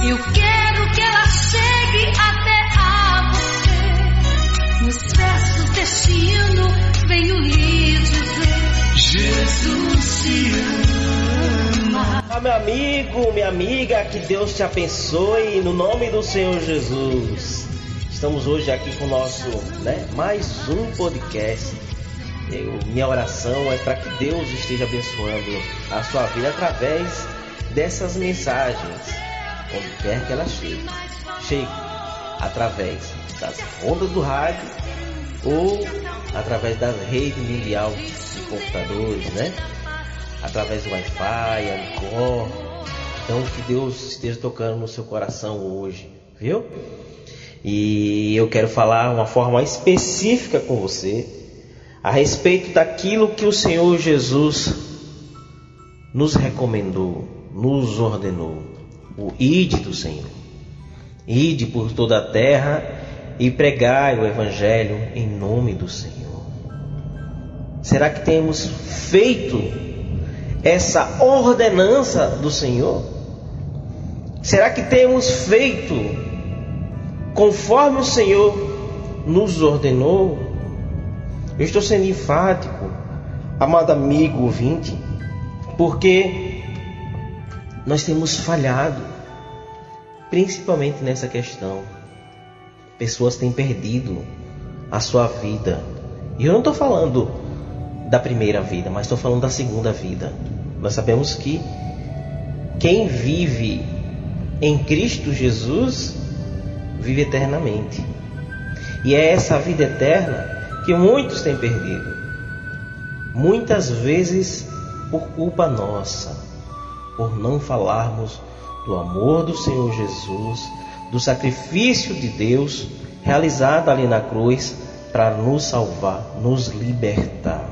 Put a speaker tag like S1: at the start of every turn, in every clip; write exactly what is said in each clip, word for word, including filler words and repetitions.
S1: Eu quero que ela chegue até a você. Nos versos deste hino venho lhe dizer: Jesus te ama.
S2: Olá, meu amigo, minha amiga, que Deus te abençoe no nome do Senhor Jesus. Estamos hoje aqui com o nosso, né, mais um podcast. Eu, minha oração é para que Deus esteja abençoando a sua vida através dessas mensagens, onde quer que ela chegue. Chegue através das ondas do rádio ou através da rede mundial de computadores, né? Através do Wi-Fi, Anchor. Então que Deus esteja tocando no seu coração hoje, viu? E eu quero falar uma forma específica com você a respeito daquilo que o Senhor Jesus nos recomendou, nos ordenou. O ide do Senhor. Ide por toda a terra e pregai o Evangelho em nome do Senhor. Será que temos feito essa ordenança do Senhor? Será que temos feito conforme o Senhor nos ordenou? Eu estou sendo enfático, amado amigo ouvinte, porque nós temos falhado, principalmente nessa questão. Pessoas têm perdido a sua vida. E eu não estou falando da primeira vida, mas estou falando da segunda vida. Nós sabemos que quem vive em Cristo Jesus vive eternamente. E é essa vida eterna que muitos têm perdido. Muitas vezes por culpa nossa, por não falarmos do amor do Senhor Jesus, do sacrifício de Deus realizado ali na cruz para nos salvar, nos libertar.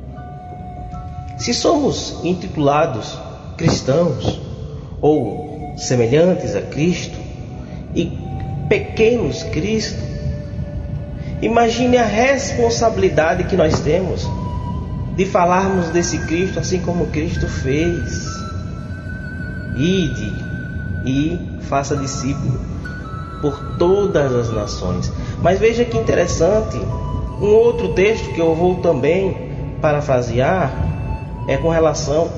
S2: Se somos intitulados cristãos ou semelhantes a Cristo e pequenos Cristo, imagine a responsabilidade que nós temos de falarmos desse Cristo assim como Cristo fez. Ide e faça discípulo por todas as nações. Mas veja que interessante, um outro texto que eu vou também parafrasear é com relação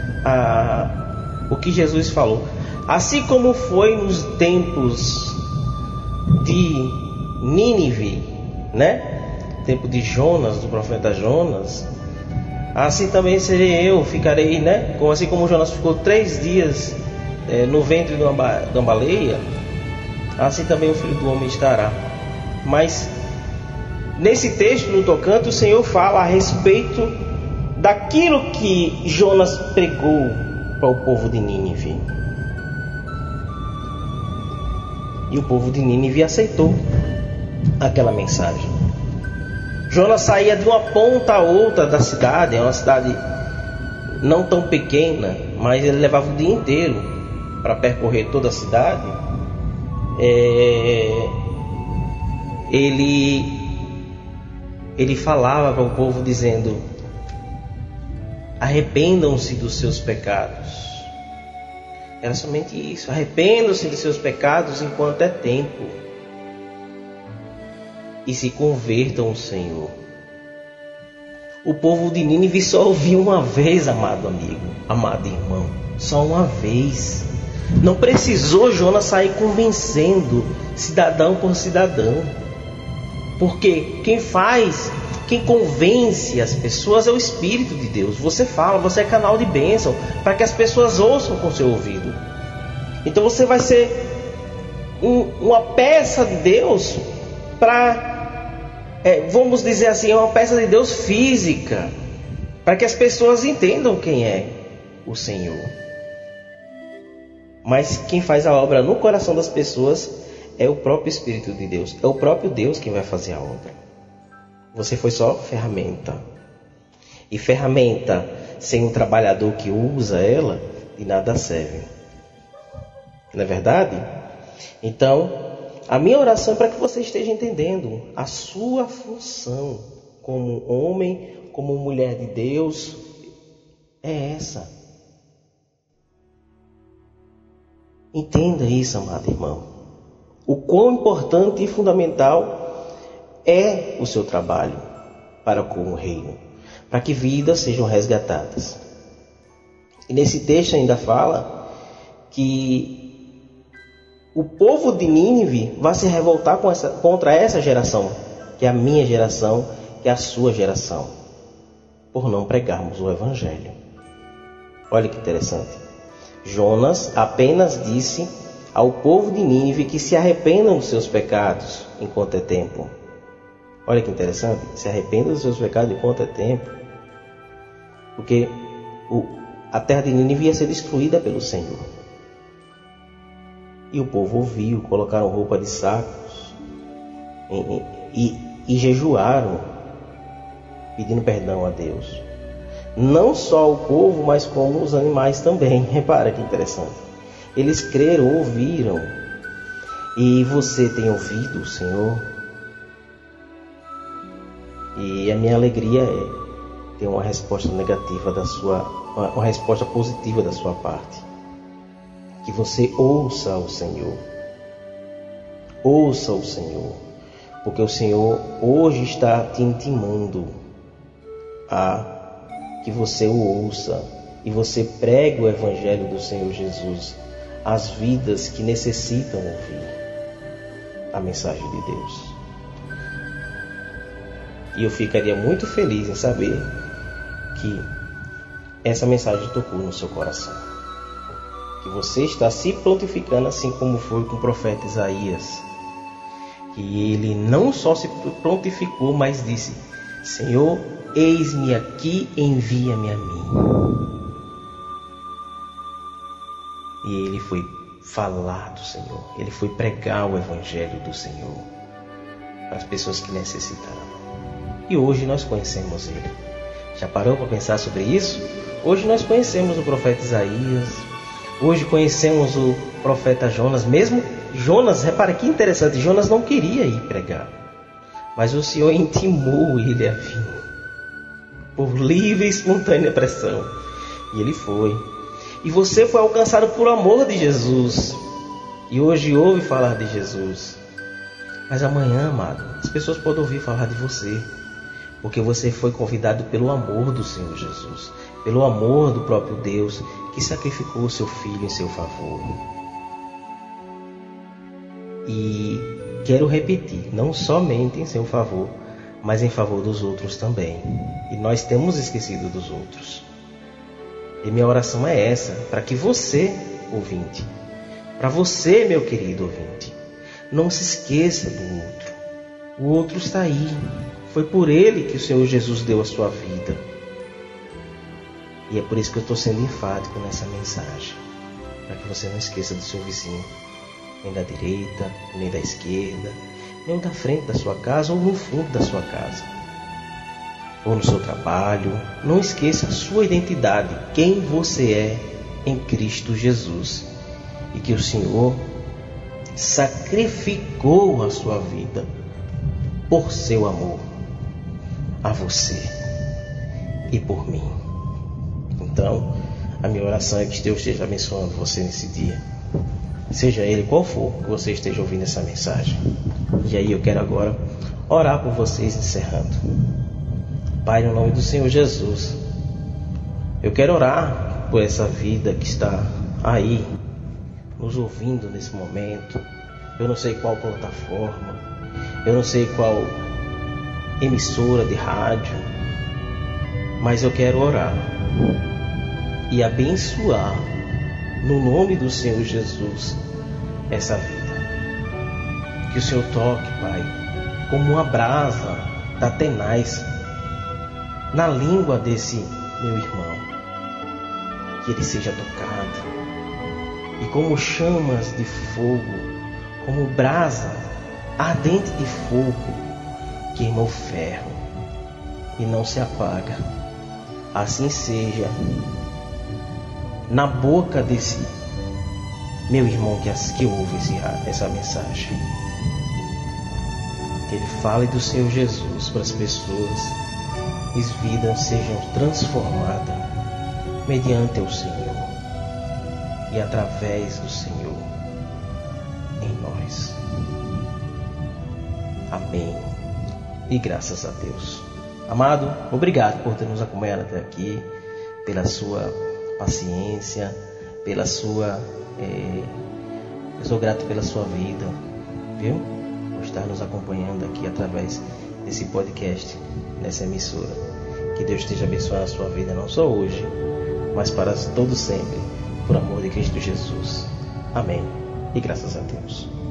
S2: a o que Jesus falou. Assim como foi nos tempos de Nínive, né? Tempo de Jonas, do profeta Jonas, assim também serei eu, ficarei, né? Assim como Jonas ficou três dias é, no ventre de uma, ba- de uma baleia, assim também o Filho do Homem estará. Mas nesse texto, no tocante, o Senhor fala a respeito daquilo que Jonas pregou para o povo de Nínive. E o povo de Nínive aceitou aquela mensagem. Jonas saía de uma ponta a outra da cidade, é uma cidade não tão pequena, mas ele levava o dia inteiro para percorrer toda a cidade. É, ele, ele falava para o povo dizendo: arrependam-se dos seus pecados. Era somente isso, arrependam-se dos seus pecados enquanto é tempo, e se convertam ao Senhor. O povo de Nínive só ouviu uma vez, amado amigo, amado irmão, só uma vez. Não precisou Jonas sair convencendo cidadão por cidadão, porque quem faz, quem convence as pessoas é o Espírito de Deus. Você fala, você é canal de bênção para que as pessoas ouçam com seu ouvido. Então você vai ser um, uma peça de Deus para É, vamos dizer assim, é uma peça de Deus física, para que as pessoas entendam quem é o Senhor. Mas quem faz a obra no coração das pessoas é o próprio Espírito de Deus, é o próprio Deus quem vai fazer a obra. Você foi só ferramenta. E ferramenta sem um trabalhador que usa ela, de nada serve. Não é verdade? Então, a minha oração é para que você esteja entendendo a sua função como homem, como mulher de Deus, é essa. Entenda isso, amado irmão. O quão importante e fundamental é o seu trabalho para com o reino, para que vidas sejam resgatadas. E nesse texto ainda fala que o povo de Nínive vai se revoltar com essa, contra essa geração, que é a minha geração, que é a sua geração, por não pregarmos o Evangelho. Olha que interessante. Jonas apenas disse ao povo de Nínive que se arrependam dos seus pecados enquanto é tempo. Olha que interessante. Se arrependam dos seus pecados enquanto é tempo. Porque o, a terra de Nínive ia ser destruída pelo Senhor. E o povo ouviu, colocaram roupa de sacos e, e, e jejuaram, pedindo perdão a Deus. Não só o povo, mas como os animais também. Repara que interessante. Eles creram, ouviram. E você tem ouvido o Senhor? E a minha alegria é ter uma resposta negativa da sua, uma, uma resposta positiva da sua parte. Que você ouça o Senhor. Ouça o Senhor. Porque o Senhor hoje está te intimando a que você o ouça e você pregue o Evangelho do Senhor Jesus às vidas que necessitam ouvir a mensagem de Deus. E eu ficaria muito feliz em saber que essa mensagem tocou no seu coração. Que você está se prontificando assim como foi com o profeta Isaías. Que ele não só se prontificou, mas disse: Senhor, eis-me aqui, envia-me a mim. E ele foi falar do Senhor. Ele foi pregar o Evangelho do Senhor para as pessoas que necessitavam. E hoje nós conhecemos ele. Já parou para pensar sobre isso? Hoje nós conhecemos o profeta Isaías. Hoje conhecemos o profeta Jonas. Mesmo Jonas, repare que interessante, Jonas não queria ir pregar, mas o Senhor intimou ele a vir, por livre e espontânea pressão. E ele foi. E você foi alcançado por amor de Jesus. E hoje ouve falar de Jesus. Mas amanhã, amado, as pessoas podem ouvir falar de você. Porque você foi convidado pelo amor do Senhor Jesus. Pelo amor do próprio Deus, que sacrificou o seu Filho em seu favor. E quero repetir, não somente em seu favor, mas em favor dos outros também. E nós temos esquecido dos outros. E minha oração é essa, para que você, ouvinte, para você, meu querido ouvinte, não se esqueça do outro. O outro está aí. Foi por ele que o Senhor Jesus deu a sua vida. E é por isso que eu estou sendo enfático nessa mensagem, para que você não esqueça do seu vizinho, nem da direita, nem da esquerda, nem da frente da sua casa ou no fundo da sua casa, ou no seu trabalho. Não esqueça a sua identidade, quem você é em Cristo Jesus, e que o Senhor sacrificou a sua vida por seu amor a você e por mim. Então, a minha oração é que Deus esteja abençoando você nesse dia, seja ele qual for que você esteja ouvindo essa mensagem. E aí eu quero agora orar por vocês, encerrando. Pai, no nome do Senhor Jesus, eu quero orar por essa vida que está aí nos ouvindo nesse momento. Eu não sei qual plataforma, eu não sei qual emissora de rádio, mas eu quero orar e abençoar no nome do Senhor Jesus essa vida. Que o Senhor toque, Pai, como uma brasa da tenaz na língua desse meu irmão, que ele seja tocado, e como chamas de fogo, como brasa ardente de fogo, queima o ferro e não se apaga. Assim seja na boca desse meu irmão que, que ouve esse, essa mensagem. Que ele fale do Senhor Jesus para as pessoas e as vidas sejam transformadas mediante o Senhor. e através do Senhor em nós. Amém. E graças a Deus. Amado, obrigado por ter nos acompanhado até aqui, pela sua paciência, pela sua... É, eu sou grato pela sua vida, viu? Por estar nos acompanhando aqui através desse podcast, nessa emissora. Que Deus esteja abençoando a sua vida, não só hoje, mas para todo sempre, por amor de Cristo Jesus. Amém. E graças a Deus.